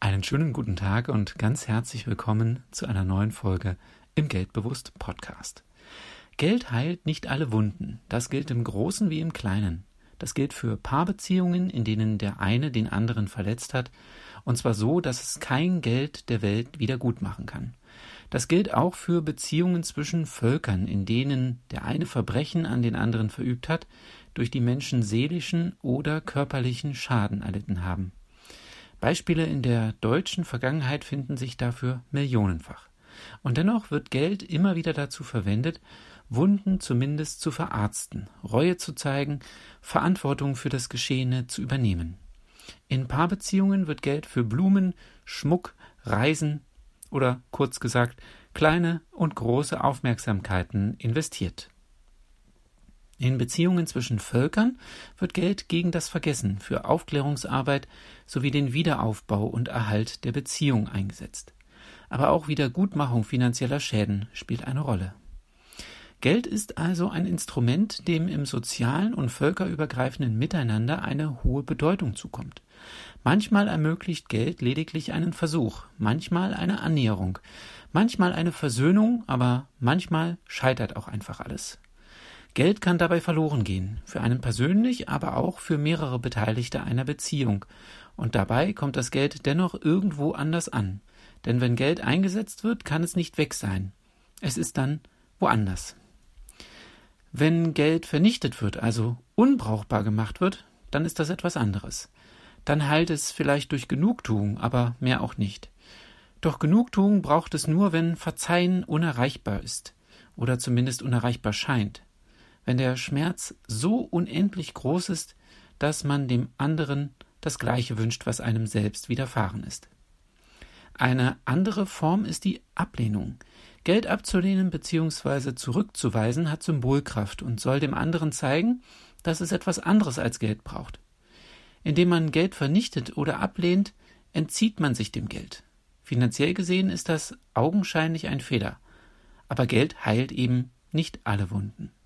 Einen schönen guten Tag und ganz herzlich willkommen zu einer neuen Folge im Geldbewusst Podcast. Geld heilt nicht alle Wunden. Das gilt im Großen wie im Kleinen. Das gilt für Paarbeziehungen, in denen der eine den anderen verletzt hat, und zwar so, dass es kein Geld der Welt wieder gut machen kann. Das gilt auch für Beziehungen zwischen Völkern, in denen der eine Verbrechen an den anderen verübt hat, durch die Menschen seelischen oder körperlichen Schaden erlitten haben. Beispiele in der deutschen Vergangenheit finden sich dafür millionenfach. Und dennoch wird Geld immer wieder dazu verwendet, Wunden zumindest zu verarzten, Reue zu zeigen, Verantwortung für das Geschehene zu übernehmen. In Paarbeziehungen wird Geld für Blumen, Schmuck, Reisen oder kurz gesagt kleine und große Aufmerksamkeiten investiert. In Beziehungen zwischen Völkern wird Geld gegen das Vergessen für Aufklärungsarbeit sowie den Wiederaufbau und Erhalt der Beziehung eingesetzt. Aber auch Wiedergutmachung finanzieller Schäden spielt eine Rolle. Geld ist also ein Instrument, dem im sozialen und völkerübergreifenden Miteinander eine hohe Bedeutung zukommt. Manchmal ermöglicht Geld lediglich einen Versuch, manchmal eine Annäherung, manchmal eine Versöhnung, aber manchmal scheitert auch einfach alles. Geld kann dabei verloren gehen, für einen persönlich, aber auch für mehrere Beteiligte einer Beziehung. Und dabei kommt das Geld dennoch irgendwo anders an. Denn wenn Geld eingesetzt wird, kann es nicht weg sein. Es ist dann woanders. Wenn Geld vernichtet wird, also unbrauchbar gemacht wird, dann ist das etwas anderes. Dann heilt es vielleicht durch Genugtuung, aber mehr auch nicht. Doch Genugtuung braucht es nur, wenn Verzeihen unerreichbar ist oder zumindest unerreichbar scheint. Wenn der Schmerz so unendlich groß ist, dass man dem anderen das Gleiche wünscht, was einem selbst widerfahren ist. Eine andere Form ist die Ablehnung. Geld abzulehnen bzw. zurückzuweisen hat Symbolkraft und soll dem anderen zeigen, dass es etwas anderes als Geld braucht. Indem man Geld vernichtet oder ablehnt, entzieht man sich dem Geld. Finanziell gesehen ist das augenscheinlich ein Fehler. Aber Geld heilt eben nicht alle Wunden.